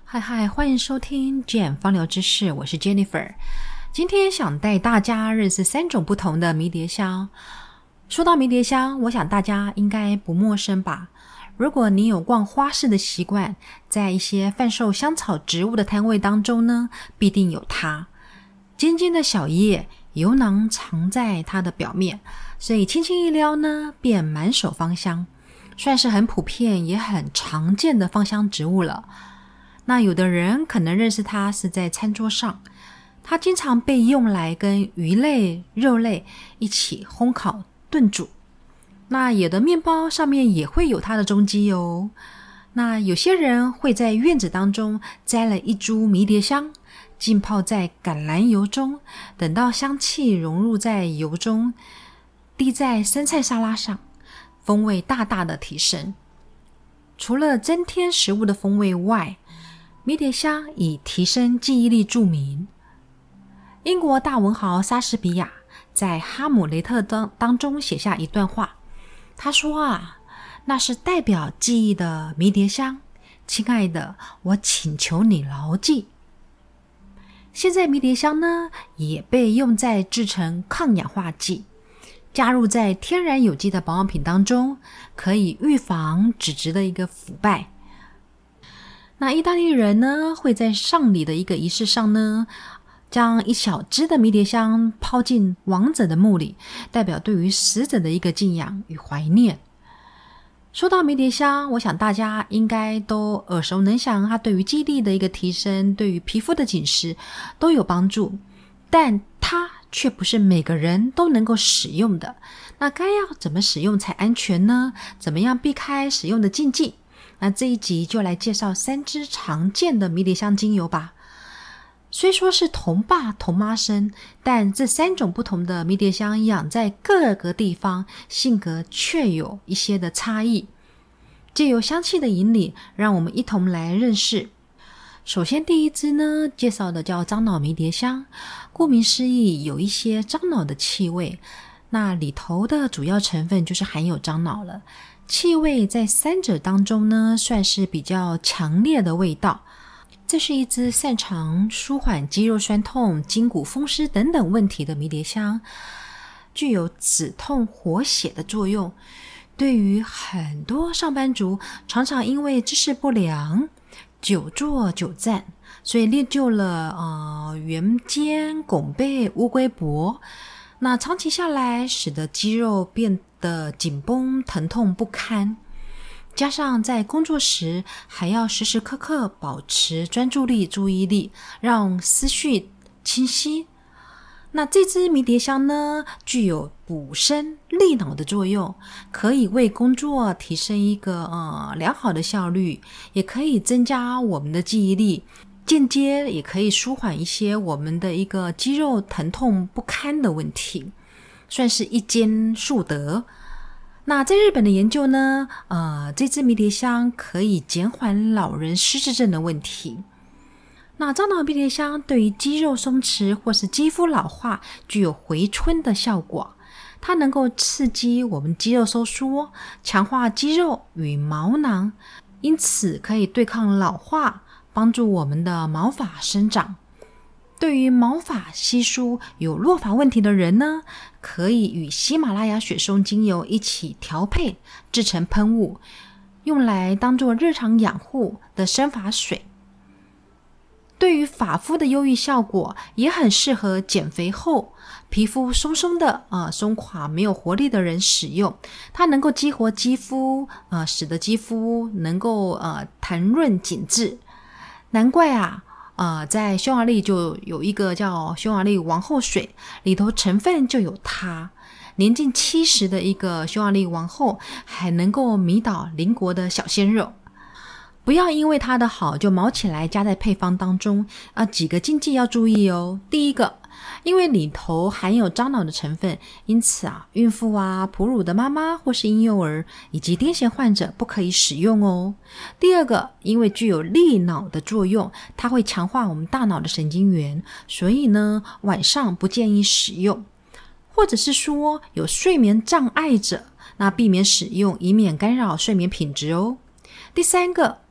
嗨，欢迎收听 Jam 芳疗知识，我是 Jennifer。今天想带大家认识3种不同的迷迭香。说到迷迭香，我想大家应该不陌生吧？如果你有逛花市的习惯，在一些贩售香草植物的摊位当中呢，必定有它。尖尖的小叶，油囊藏在它的表面，所以轻轻一撩呢，便满手芳香，算是很普遍也很常见的芳香植物了。那有的人可能认识它是在餐桌上，它经常被用来跟鱼类、肉类一起烘烤炖煮。那有的面包上面也会有它的踪迹哦。那有些人会在院子当中摘了一株迷迭香，浸泡在橄榄油中，等到香气融入在油中，滴在生菜沙拉上，风味大大的提升。除了增添食物的风味外，迷迭香以提升记忆力著名。英国大文豪莎士比亚在《哈姆雷特》当中写下一段话，他说那是代表记忆的迷迭香，亲爱的，我请求你牢记。现在迷迭香呢，也被用在制成抗氧化剂，加入在天然有机的保养品当中，可以预防脂质的一个腐败。那意大利人呢，会在丧礼的一个仪式上呢，将一小支的迷迭香抛进亡者的墓里，代表对于死者的一个敬仰与怀念。说到迷迭香，我想大家应该都耳熟能详，它对于记忆力的一个提升，对于皮肤的紧实都有帮助，但它却不是每个人都能够使用的。那该要怎么使用才安全呢？怎么样避开使用的禁忌？那这一集就来介绍3支常见的迷迭香精油吧。虽说是同爸同妈生，但这3种不同的迷迭香养在各个地方，性格却有一些的差异。藉由香气的引领，让我们一同来认识。首先第一支呢，介绍的叫樟脑迷迭香，顾名思义，有一些樟脑的气味，那里头的主要成分就是含有樟脑了。气味在3者当中呢，算是比较强烈的味道。这是一支擅长舒缓肌肉酸痛、筋骨风湿等等问题的迷迭香，具有止痛活血的作用。对于很多上班族常常因为姿势不良、久坐久站，所以练就了圆肩、拱背、乌龟脖，那长期下来使得肌肉变得紧绷、疼痛不堪，加上在工作时还要时时刻刻保持专注力、注意力，让思绪清晰。那这支迷迭香呢，具有补身利脑的作用，可以为工作提升一个良好的效率，也可以增加我们的记忆力，间接也可以舒缓一些我们的一个肌肉疼痛不堪的问题，算是一兼数得。那在日本的研究呢，这支迷迭香可以减缓老人失智症的问题。那樟脑迷迭香对于肌肉松弛或是肌肤老化具有回春的效果，它能够刺激我们肌肉收缩，强化肌肉与毛囊，因此可以对抗老化，帮助我们的毛发生长。对于毛发稀疏有落发问题的人呢，可以与喜马拉雅雪松精油一起调配制成喷雾，用来当做日常养护的生发水。对于发肤的忧郁效果，也很适合减肥后皮肤松松的松垮没有活力的人使用。它能够激活肌肤，使得肌肤能够弹润紧致。难怪在匈牙利就有一个叫匈牙利王后水，里头成分就有它。年近70的一个匈牙利王后，还能够迷倒邻国的小鲜肉。不要因为它的好就毛起来加在配方当中几个禁忌要注意哦。第一个，因为里头含有樟脑的成分，因此孕妇哺乳的妈妈或是婴幼儿以及癫痫患者不可以使用哦。第二个，因为具有利脑的作用，它会强化我们大脑的神经元，所以呢晚上不建议使用，或者是说有睡眠障碍者，那避免使用，以免干扰睡眠品质哦。第三个，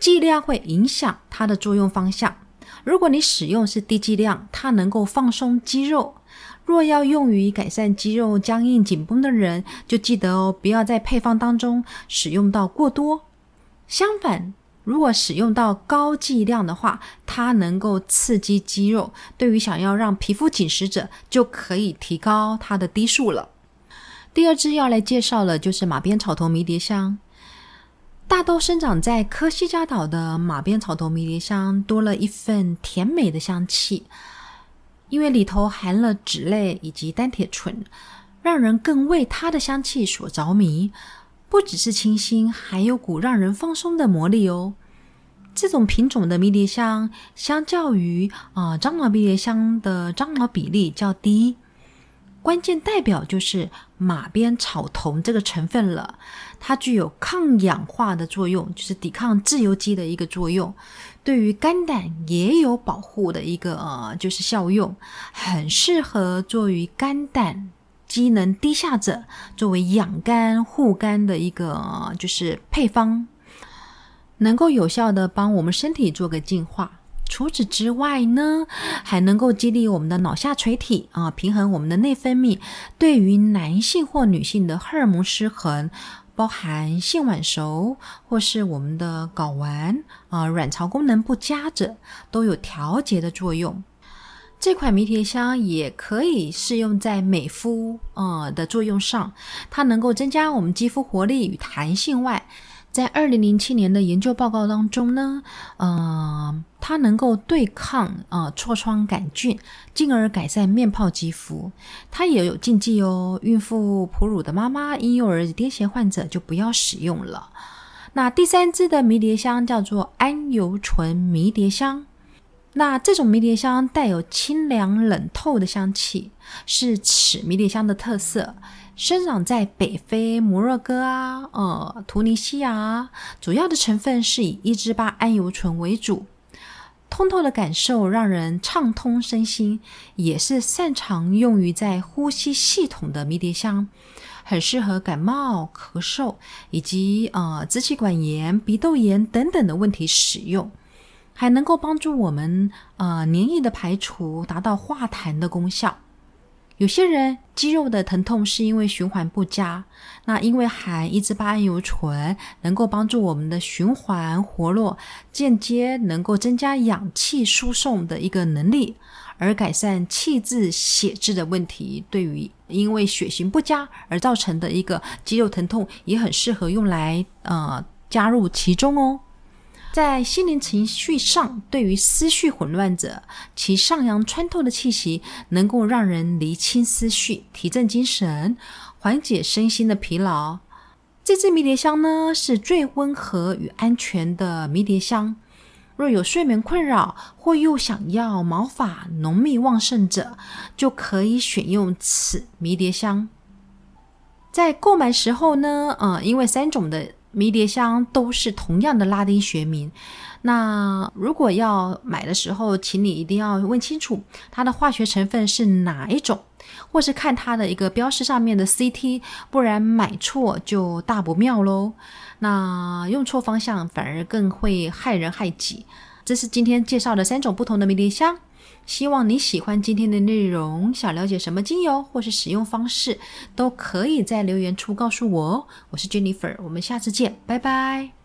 剂量会影响它的作用方向。如果你使用是低剂量，它能够放松肌肉。若要用于改善肌肉僵硬紧绷的人，就记得哦，不要在配方当中使用到过多。相反，如果使用到高剂量的话，它能够刺激肌肉，对于想要让皮肤紧实者，就可以提高它的滴数了。第二支要来介绍的就是马鞭草头迷迭香。大都生长在科西嘉岛的马鞭草头迷迭香多了一份甜美的香气，因为里头含了脂类以及单铁醇，让人更为它的香气所着迷。不只是清新，还有股让人放松的魔力哦。这种品种的迷迭香相较于樟脑迷迭香的樟脑比例较低，关键代表就是马鞭草酮这个成分了。它具有抗氧化的作用，就是抵抗自由基的一个作用，对于肝胆也有保护的一个就是效用，很适合作于肝胆机能低下者，作为养肝护肝的一个就是配方，能够有效的帮我们身体做个净化。除此之外呢，还能够激励我们的脑下垂体平衡我们的内分泌，对于男性或女性的荷尔蒙失衡，包含性晚熟或是我们的睾丸卵巢功能不佳者，都有调节的作用。这款迷迭香也可以适用在美肤的作用上，它能够增加我们肌肤活力与弹性外，在2007年的研究报告当中呢，它能够对抗痤疮杆菌，进而改善面疱肌肤。它也有禁忌哦，孕妇、哺乳的妈妈、婴幼儿、癫痫患者就不要使用了。那第三支的迷迭香叫做桉油醇迷迭香。那这种迷迭香带有清凉冷透的香气，是此迷迭香的特色。生长在北非摩洛哥突尼西亚，主要的成分是以1:8桉油醇为主。通透的感受让人畅通身心，也是擅长用于在呼吸系统的迷迭香，很适合感冒、咳嗽以及支气管炎、鼻窦炎等等的问题使用，还能够帮助我们黏液的排除，达到化痰的功效。有些人肌肉的疼痛是因为循环不佳，那因为含1:8桉油醇能够帮助我们的循环活络，间接能够增加氧气输送的一个能力，而改善气滞血滞的问题。对于因为血型不佳而造成的一个肌肉疼痛，也很适合用来加入其中哦。在心灵情绪上，对于思绪混乱者，其上扬穿透的气息能够让人厘清思绪，提振精神，缓解身心的疲劳。这支迷迭香呢，是最温和与安全的迷迭香。若有睡眠困扰或又想要毛发浓密旺盛者，就可以选用此迷迭香。在购买时候呢，因为3种的迷迭香都是同样的拉丁学名，那如果要买的时候，请你一定要问清楚它的化学成分是哪一种，或是看它的一个标识上面的 CT， 不然买错就大不妙咯。那用错方向反而更会害人害己。这是今天介绍的3种不同的迷迭香，希望你喜欢今天的内容，想了解什么精油或是使用方式，都可以在留言处告诉我哦。我是 Jennifer， 我们下次见，拜拜。